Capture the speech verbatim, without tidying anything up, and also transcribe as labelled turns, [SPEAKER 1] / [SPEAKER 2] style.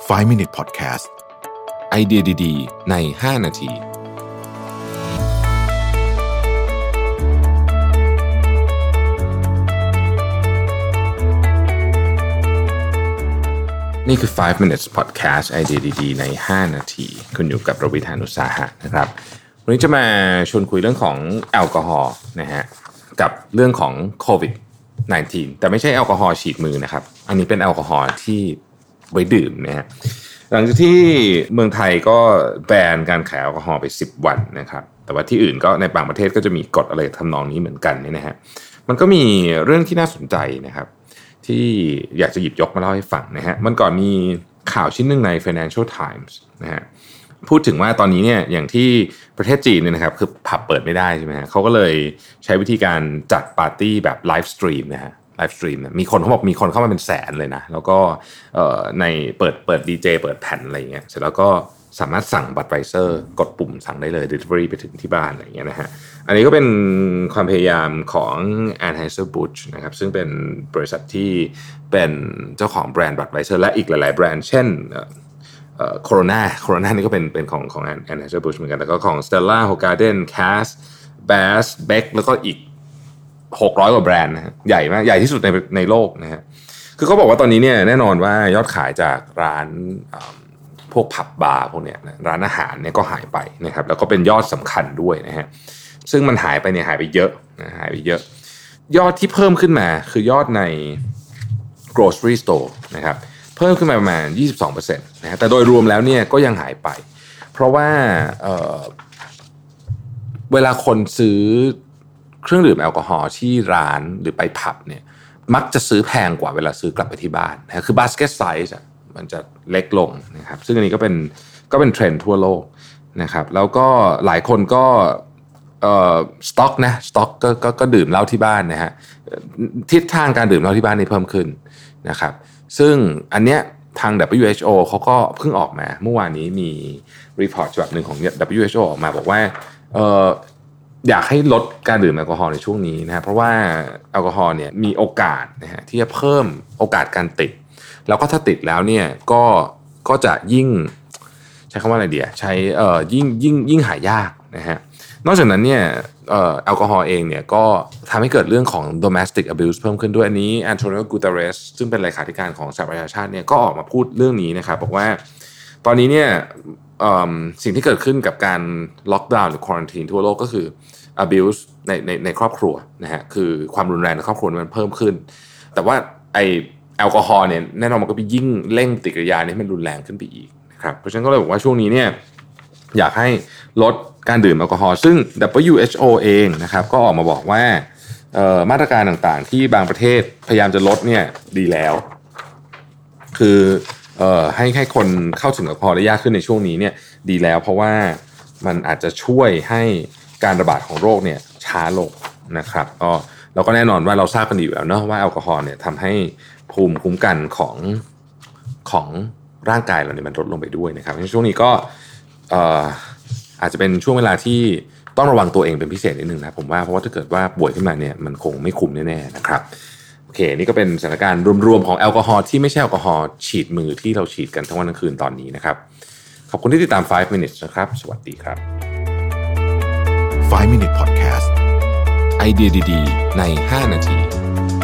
[SPEAKER 1] ไฟว์ มินิท Podcast ไอเดียดีๆในห้านาทีนี่คือไฟว์ มินิท Podcast ไอเดียดีๆในห้านาทีคุณอยู่กับรวิธานุสาหะนะครับวันนี้จะมาชวนคุยเรื่องของแอลกอฮอล์นะฮะกับเรื่องของโควิด สิบเก้า แต่ไม่ใช่แอลกอฮอล์ฉีดมือนะครับอันนี้เป็นแอลกอฮอล์ที่ไว้ดื่มนะฮะหลังจากที่เมืองไทยก็แบนการขายแอลกอฮอล์ไปสิบวันนะครับแต่ว่าที่อื่นก็ในบางประเทศก็จะมีกฎอะไรทำนองนี้เหมือนกันเนี่ยนะฮะมันก็มีเรื่องที่น่าสนใจนะครับที่อยากจะหยิบยกมาเล่าให้ฟังนะฮะมันก่อนมีข่าวชิ้นหนึ่งใน Financial Times นะฮะพูดถึงว่าตอนนี้เนี่ยอย่างที่ประเทศจีนเนี่ยนะครับคือผับเปิดไม่ได้ใช่ไหมฮะเขาก็เลยใช้วิธีการจัดปาร์ตี้แบบไลฟ์สตรีมนะฮะไลฟ์สตรีมมีคนเขาบอกมีคนเข้ามาเป็นแสนเลยนะแล้วก็ในเปิดเปิดดีเจเปิดแผ่นอะไรเงี้ยเสร็จแล้วก็สามารถสั่งบัตรไวเซอร์กดปุ่มสั่งได้เลย delivery ไปถึงที่บ้านอะไรเงี้ยนะฮะอันนี้ก็เป็นความพยายามของ Anheuser-Busch นะครับซึ่งเป็นบริษัทที่เป็นเจ้าของแบรนด์บัตรไวเซอร์และอีกหลายๆแบรนด์เช่นโคโรนาโคโรนานี่ก็เป็นเป็นของของ Anheuser-Busch เหมือนกันแล้วก็ของ Stella Hoegaarden Cass Bass Beck แล้วก็อีกหกร้อยกว่าแบรนด์นะฮะใหญ่มากใหญ่ที่สุดในในโลกนะฮะคือเขาบอกว่าตอนนี้เนี่ยแน่นอนว่ายอดขายจากร้านพวกผับบาร์พวกเนี้ยร้านอาหารเนี่ยก็หายไปนะครับแล้วก็เป็นยอดสำคัญด้วยนะฮะซึ่งมันหายไปเนี่ยหายไปเยอะนะหายไปเยอะยอดที่เพิ่มขึ้นมาคือยอดใน grocery store นะครับเพิ่มขึ้นมาประมาณ ยี่สิบสองเปอร์เซ็นต์ นะฮะแต่โดยรวมแล้วเนี่ยก็ยังหายไปเพราะว่าเอ่อเวลาคนซื้อเครื่องดื่มแอลกอฮอล์ที่ร้านหรือไปผับเนี่ยมักจะซื้อแพงกว่าเวลาซื้อกลับไปที่บ้านนะคือบาสเกตไซส์อ่ะมันจะเล็กลงนะครับซึ่งอันนี้ก็เป็นก็เป็นเทรนด์ทั่วโลกนะครับแล้วก็หลายคนก็เอ่อสต็อกนะสต็อกก็ก็ก็ดื่มเหล้าที่บ้านนะฮะทิศทางการดื่มเหล้าที่บ้านนี่เพิ่มขึ้นนะครับซึ่งอันเนี้ยทาง ดับเบิลยู เอช โอ เขาก็เพิ่งออกมาเมื่อวานนี้มีรีพอร์ตฉบับหนึ่งของ ดับเบิลยู เอช โอ ออกมาบอกว่าเอ่ออยากให้ลดการดื่มแอลกอฮอล์ในช่วงนี้นะเพราะว่าแอลกอฮอล์เนี่ยมีโอกาสนะฮะที่จะเพิ่มโอกาสการติดแล้วก็ถ้าติดแล้วเนี่ยก็ก็จะยิ่งใช้คำว่าอะไรดีใช้เอ่อยิ่งยิ่งยิ่งหายากนะฮะนอกจากนั้นเนี่ยเอ่อแอลกอฮอล์เองเนี่ยก็ทำให้เกิดเรื่องของ domestic abuse เพิ่มขึ้นด้วยอันนี้ Antonio Guterres ซึ่งเป็นเลขาธิการของสหประชาชาติเนี่ยก็ออกมาพูดเรื่องนี้นะครับบอกว่าตอนนี้เนี่ยสิ่งที่เกิดขึ้นกับการล็อกดาวน์หรือควอรันทีนทั่วโลกก็คือ abuse ในในในครอบครัวนะฮะคือความรุนแรงในครอบครัวมันเพิ่มขึ้นแต่ว่าไอแอลกอฮอล์เนี่ยแน่นอนมันก็ไปยิ่งเร่งปฏิกิริยานี้ให้มันรุนแรงขึ้นไปอีกนะครับเพราะฉะนั้นก็เลยบอกว่าช่วงนี้เนี่ยอยากให้ลดการดื่มแอลกอฮอล์ซึ่ง ดับเบิลยู เอช โอ เองนะครับก็ออกมาบอกว่ามาตรการต่างๆที่บางประเทศพยายามจะลดเนี่ยดีแล้วคือเอ่อให้ให้คนเข้าถึงแอลกอฮอล์ได้ยากขึ้นในช่วงนี้เนี่ยดีแล้วเพราะว่ามันอาจจะช่วยให้การระบาดของโรคเนี่ยช้าลงนะครับก็เราก็แน่นอนว่าเราทราบกันอยู่แล้วเนาะว่าแอลกอฮอล์เนี่ยทำให้ภูมิคุ้มกันของของร่างกายเราเนี่ยมันลดลงไปด้วยนะครับในช่วงนี้ก็เอ่ออาจจะเป็นช่วงเวลาที่ต้องระวังตัวเองเป็นพิเศษนิดนึงนะผมว่าเพราะว่าถ้าเกิดว่าป่วยขึ้นมาเนี่ยมันคงไม่คุ้มแน่ๆนะครับโอเคนี่ก็เป็นสถานการณ์รวมๆของแอลกอฮอล์ที่ไม่ใช่แอลกอฮอล์ฉีดมือที่เราฉีดกันทั้งวันทั้งคืนตอนนี้นะครับขอบคุณที่ติดตามไฟว์ มินิท นะครับสวัสดีครับไฟว์ มินิท Podcast ไอเดียดีๆในห้านาที